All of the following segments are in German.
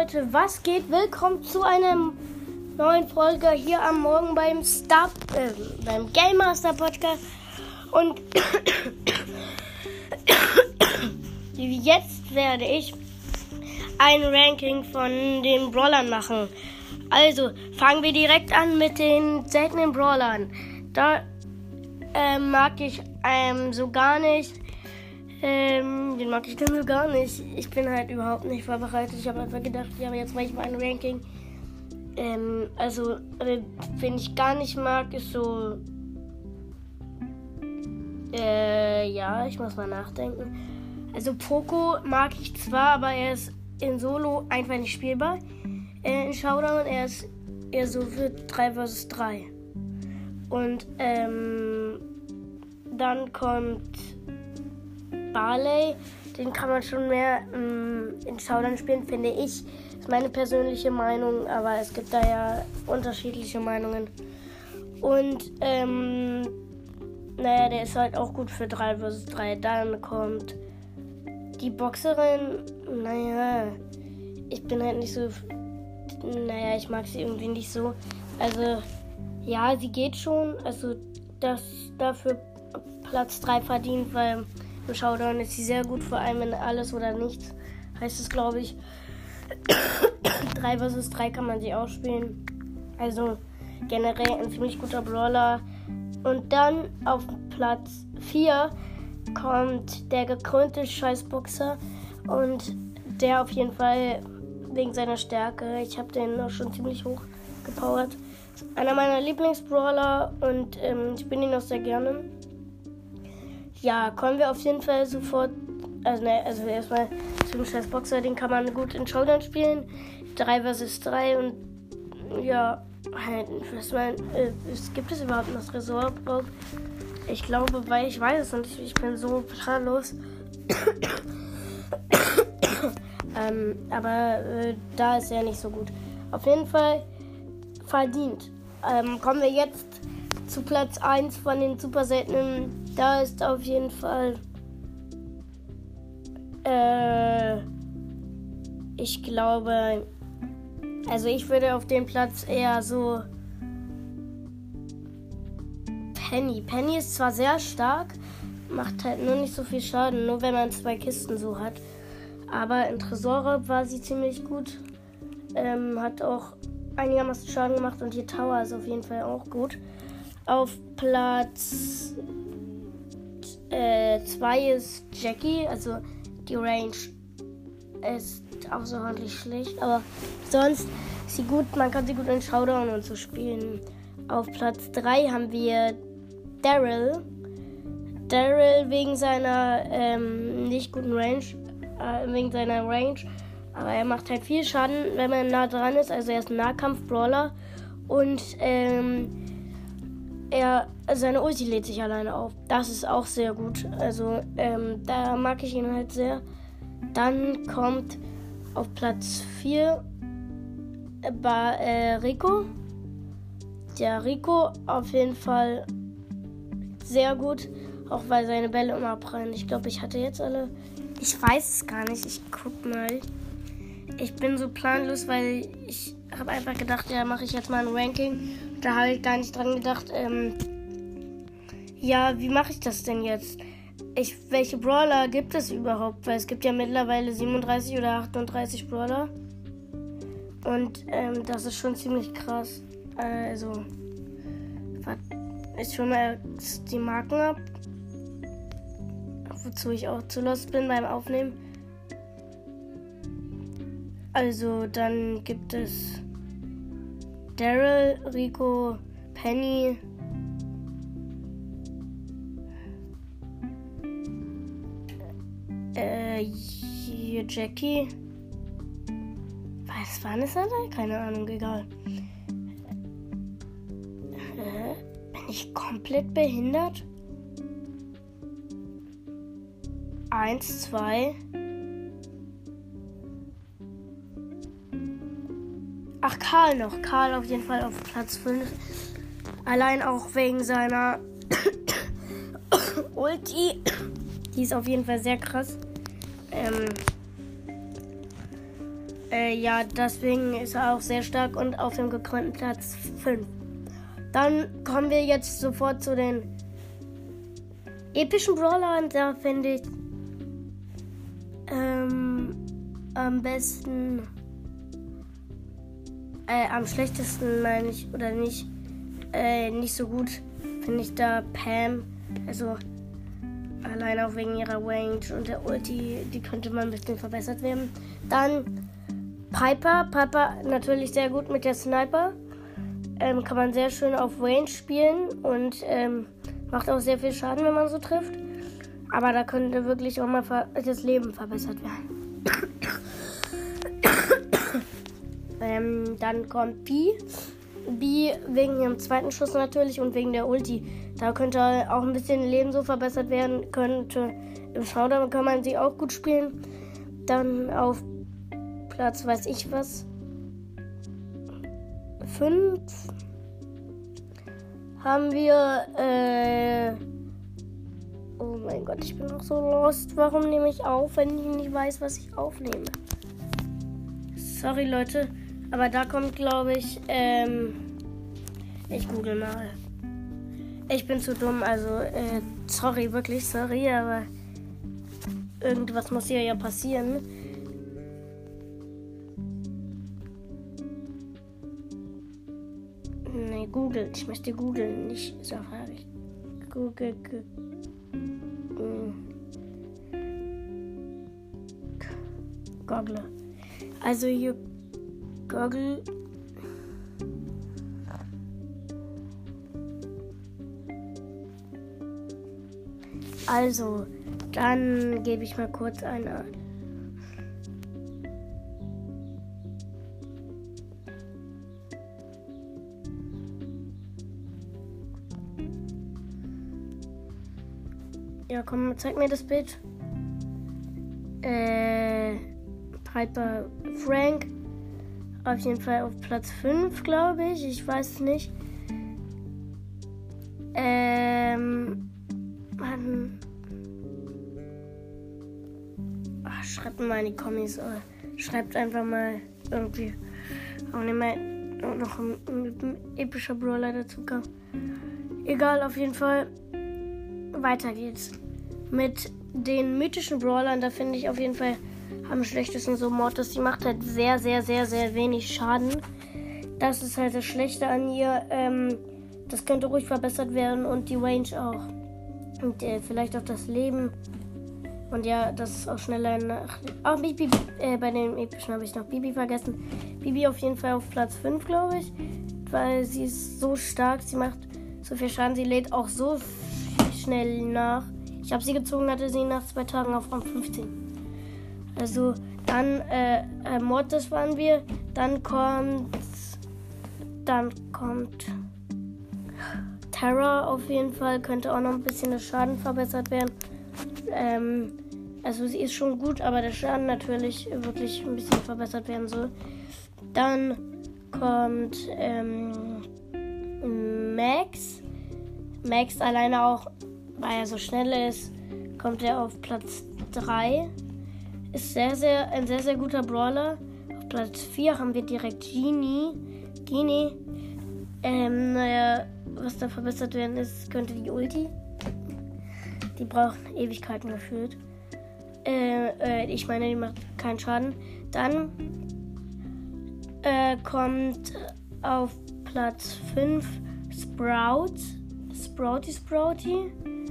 Leute, was geht? Willkommen zu einer neuen Folge hier am Morgen beim Game Master Podcast. Und jetzt werde ich ein Ranking von den Brawlern machen. Also fangen wir direkt an mit den seltenen Brawlern. Da mag ich so gar nicht. Den mag ich dann so gar nicht. Ich bin halt überhaupt nicht vorbereitet. Ich habe einfach gedacht, ja, jetzt mache ich mal ein Ranking. Wen ich gar nicht mag, ist so... ja, ich muss mal nachdenken. Also Poco mag ich zwar, aber er ist in Solo einfach nicht spielbar. In Showdown, er ist eher so für 3 vs 3. Und dann kommt Barley. Den kann man schon mehr in Showdown spielen, finde ich. Das ist meine persönliche Meinung, aber es gibt da ja unterschiedliche Meinungen. Und der ist halt auch gut für 3 vs 3. Dann kommt die Boxerin. Ich bin halt nicht so... ich mag sie irgendwie nicht so. Also, ja, sie geht schon. Also, das dafür Platz 3 verdient, weil im Showdown ist sie sehr gut, vor allem in alles oder nichts, heißt es, glaube ich. 3 vs 3 kann man sie auch spielen. Also, generell ein ziemlich guter Brawler. Und dann auf Platz 4 kommt der gekrönte Scheißboxer. Und der auf jeden Fall wegen seiner Stärke. Ich habe den auch schon ziemlich hoch gepowert. Ist einer meiner Lieblingsbrawler und ich bin ihn auch sehr gerne. Ja, kommen wir auf jeden Fall sofort. Also erstmal zum Scheißboxer, den kann man gut in Showdown spielen. 3 vs 3 und ja, halt, gibt es überhaupt noch Tresorraub? Ich glaube, weil ich weiß es nicht, ich bin so planlos. Aber da ist er nicht so gut. Auf jeden Fall verdient. Kommen wir jetzt zu Platz 1 von den super seltenen. Da ist auf jeden Fall ich glaube, also ich würde auf den Platz eher so Penny. Penny ist zwar sehr stark, macht halt nur nicht so viel Schaden, nur wenn man 2 Kisten so hat. Aber in Tresorraub war sie ziemlich gut. Hat auch einigermaßen Schaden gemacht und die Tower ist auf jeden Fall auch gut. Auf Platz 2 ist Jackie, also die Range ist außerordentlich schlecht, aber sonst ist sie gut, man kann sie gut in Showdown und so spielen. Auf Platz 3 haben wir Daryl. Daryl wegen seiner nicht guten Range, wegen seiner Range, aber er macht halt viel Schaden, wenn man nah dran ist, also er ist ein Nahkampf-Brawler und seine Ulti lädt sich alleine auf. Das ist auch sehr gut. Also, da mag ich ihn halt sehr. Dann kommt auf Platz 4 Rico. Der Rico auf jeden Fall sehr gut, auch weil seine Bälle immer prallen. Ich glaube, ich hatte jetzt alle. Ich weiß es gar nicht. Ich guck mal. Ich bin so planlos, weil ich habe einfach gedacht, ja, mache ich jetzt mal ein Ranking. Da habe ich gar nicht dran gedacht, ja, wie mache ich das denn jetzt? Welche Brawler gibt es überhaupt? Weil es gibt ja mittlerweile 37 oder 38 Brawler. Und das ist schon ziemlich krass. Also, ich schon mal die Marken ab. Wozu ich auch zu lost bin beim Aufnehmen. Also, dann gibt es Daryl, Rico, Penny, Jackie. Was war das denn? Keine Ahnung, egal. Bin ich komplett behindert? 1, 2. Ach, Karl noch. Karl auf jeden Fall auf Platz 5. Allein auch wegen seiner Ulti. Die ist auf jeden Fall sehr krass. Ja, deswegen ist er auch sehr stark und auf dem gekrönten Platz 5. Dann kommen wir jetzt sofort zu den epischen Brawlern. Da finde ich am besten, am schlechtesten meine ich, oder nicht so gut, finde ich da Pam. Also allein auch wegen ihrer Range und der Ulti, die könnte mal ein bisschen verbessert werden. Dann Piper natürlich sehr gut mit der Sniper. Kann man sehr schön auf Range spielen und macht auch sehr viel Schaden, wenn man so trifft. Aber da könnte wirklich auch mal das Leben verbessert werden. Dann kommt B wegen ihrem zweiten Schuss natürlich und wegen der Ulti. Da könnte auch ein bisschen Leben so verbessert werden. Im Showdown kann man sie auch gut spielen. Dann auf Platz weiß ich was 5 haben wir oh mein Gott, ich bin noch so lost. Warum nehme ich auf, wenn ich nicht weiß, was ich aufnehme? Sorry Leute, aber da kommt, glaube ich, ich google mal. Ich bin zu dumm, also sorry, wirklich sorry, aber irgendwas muss hier ja passieren. Nee, Google. Ich möchte googeln, nicht Safari. Google. Google. Also hier Google. Also, dann gebe ich mal kurz eine. Ja, komm, zeig mir das Bild. Piper Frank. Auf jeden Fall auf Platz 5, glaube ich. Ich weiß es nicht. Schreibt mal in die Kommis. Schreibt einfach mal irgendwie. Auch nicht mal noch ein epischer Brawler dazu kam. Egal, auf jeden Fall. Weiter geht's. Mit den mythischen Brawlern, da finde ich auf jeden Fall am schlechtesten so Mortis. Die macht halt sehr, sehr, sehr, sehr wenig Schaden. Das ist halt das Schlechte an ihr. Das könnte ruhig verbessert werden und die Range auch. Und vielleicht auch das Leben. Und ja, das ist auch schneller nach... Auch Bibi, bei den epischen habe ich noch Bibi vergessen. Bibi auf jeden Fall auf Platz 5, glaube ich. Weil sie ist so stark, sie macht so viel Schaden. Sie lädt auch so schnell nach. Ich habe sie gezogen, hatte sie nach 2 Tagen auf Rang 15. Also dann Mortis waren wir. Dann kommt Terra auf jeden Fall. Könnte auch noch ein bisschen der Schaden verbessert werden. Also sie ist schon gut, aber der Schaden natürlich wirklich ein bisschen verbessert werden soll. Dann kommt Max. Max alleine auch, weil er so schnell ist, kommt er auf Platz 3. Ist ein sehr, sehr guter Brawler. Auf Platz 4 haben wir direkt Genie. Was da verbessert werden ist, könnte die Ulti. Die braucht Ewigkeiten gefühlt. Ich meine, die macht keinen Schaden. Dann kommt auf Platz 5 Sprouty.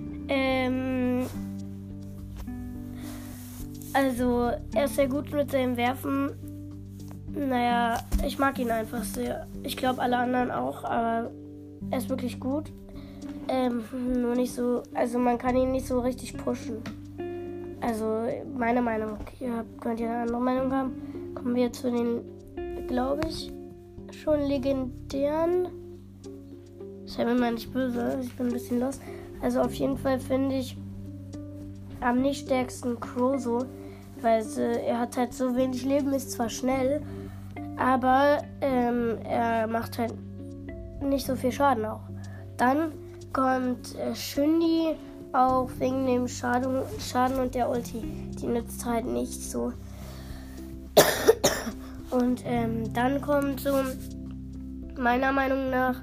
Also, er ist sehr gut mit seinem Werfen. Naja, ich mag ihn einfach sehr. Ich glaube, alle anderen auch, aber er ist wirklich gut. Nur nicht so, also man kann ihn nicht so richtig pushen. Also, meine Meinung. Könnt ihr eine andere Meinung haben? Kommen wir zu den, glaube ich, schon legendären. Sei mir mal nicht böse, ich bin ein bisschen lost. Also auf jeden Fall finde ich am nicht stärksten Crozo, weil er hat halt so wenig Leben, ist zwar schnell, aber er macht halt nicht so viel Schaden auch. Dann kommt Shindy, auch wegen dem Schaden und der Ulti. Die nützt halt nicht so. Und dann kommt so, meiner Meinung nach,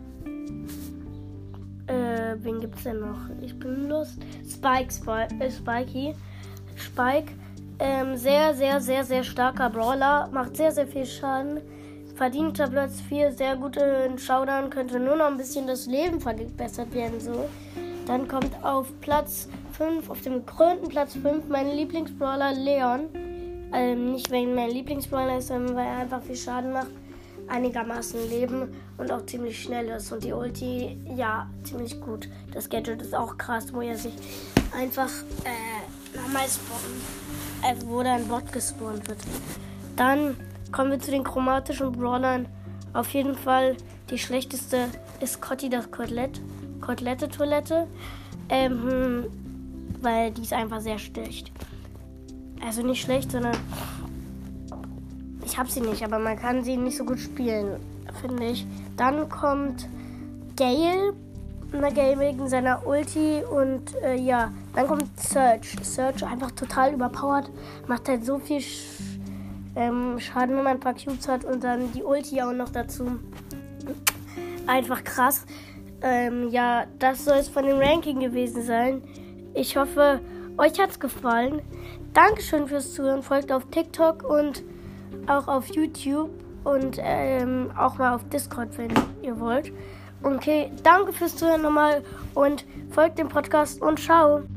wen gibt's denn noch? Ich bin lost. Spikey. Spike. Sehr, sehr, sehr, sehr starker Brawler. Macht sehr, sehr viel Schaden. Verdienter Platz 4. Sehr guten Showdown. Könnte nur noch ein bisschen das Leben verbessert werden. So. Dann kommt auf Platz 5, auf dem gekrönten Platz 5, mein Lieblingsbrawler Leon. Nicht wegen mein Lieblingsbrawler ist, sondern weil er einfach viel Schaden macht. Einigermaßen Leben und auch ziemlich schnell ist. Und die Ulti, ja, ziemlich gut. Das Gadget ist auch krass, wo er sich einfach nochmal spawnen, wo da ein Bot gespawnt wird. Dann kommen wir zu den chromatischen Brawlern. Auf jeden Fall die schlechteste ist Cotti, das Kotelette-Toilette. Weil die ist einfach sehr schlecht. Also nicht schlecht, sondern ich habe sie nicht, aber man kann sie nicht so gut spielen, finde ich. Dann kommt Gale wegen seiner Ulti und dann kommt Surge. Surge einfach total überpowered, macht halt so viel Schaden, wenn man ein paar Cubes hat und dann die Ulti auch noch dazu. Einfach krass. Das soll es von dem Ranking gewesen sein. Ich hoffe, euch hat's gefallen. Dankeschön fürs Zuhören. Folgt auf TikTok und auch auf YouTube und auch mal auf Discord, wenn ihr wollt. Okay, danke fürs Zuhören nochmal und folgt dem Podcast und ciao.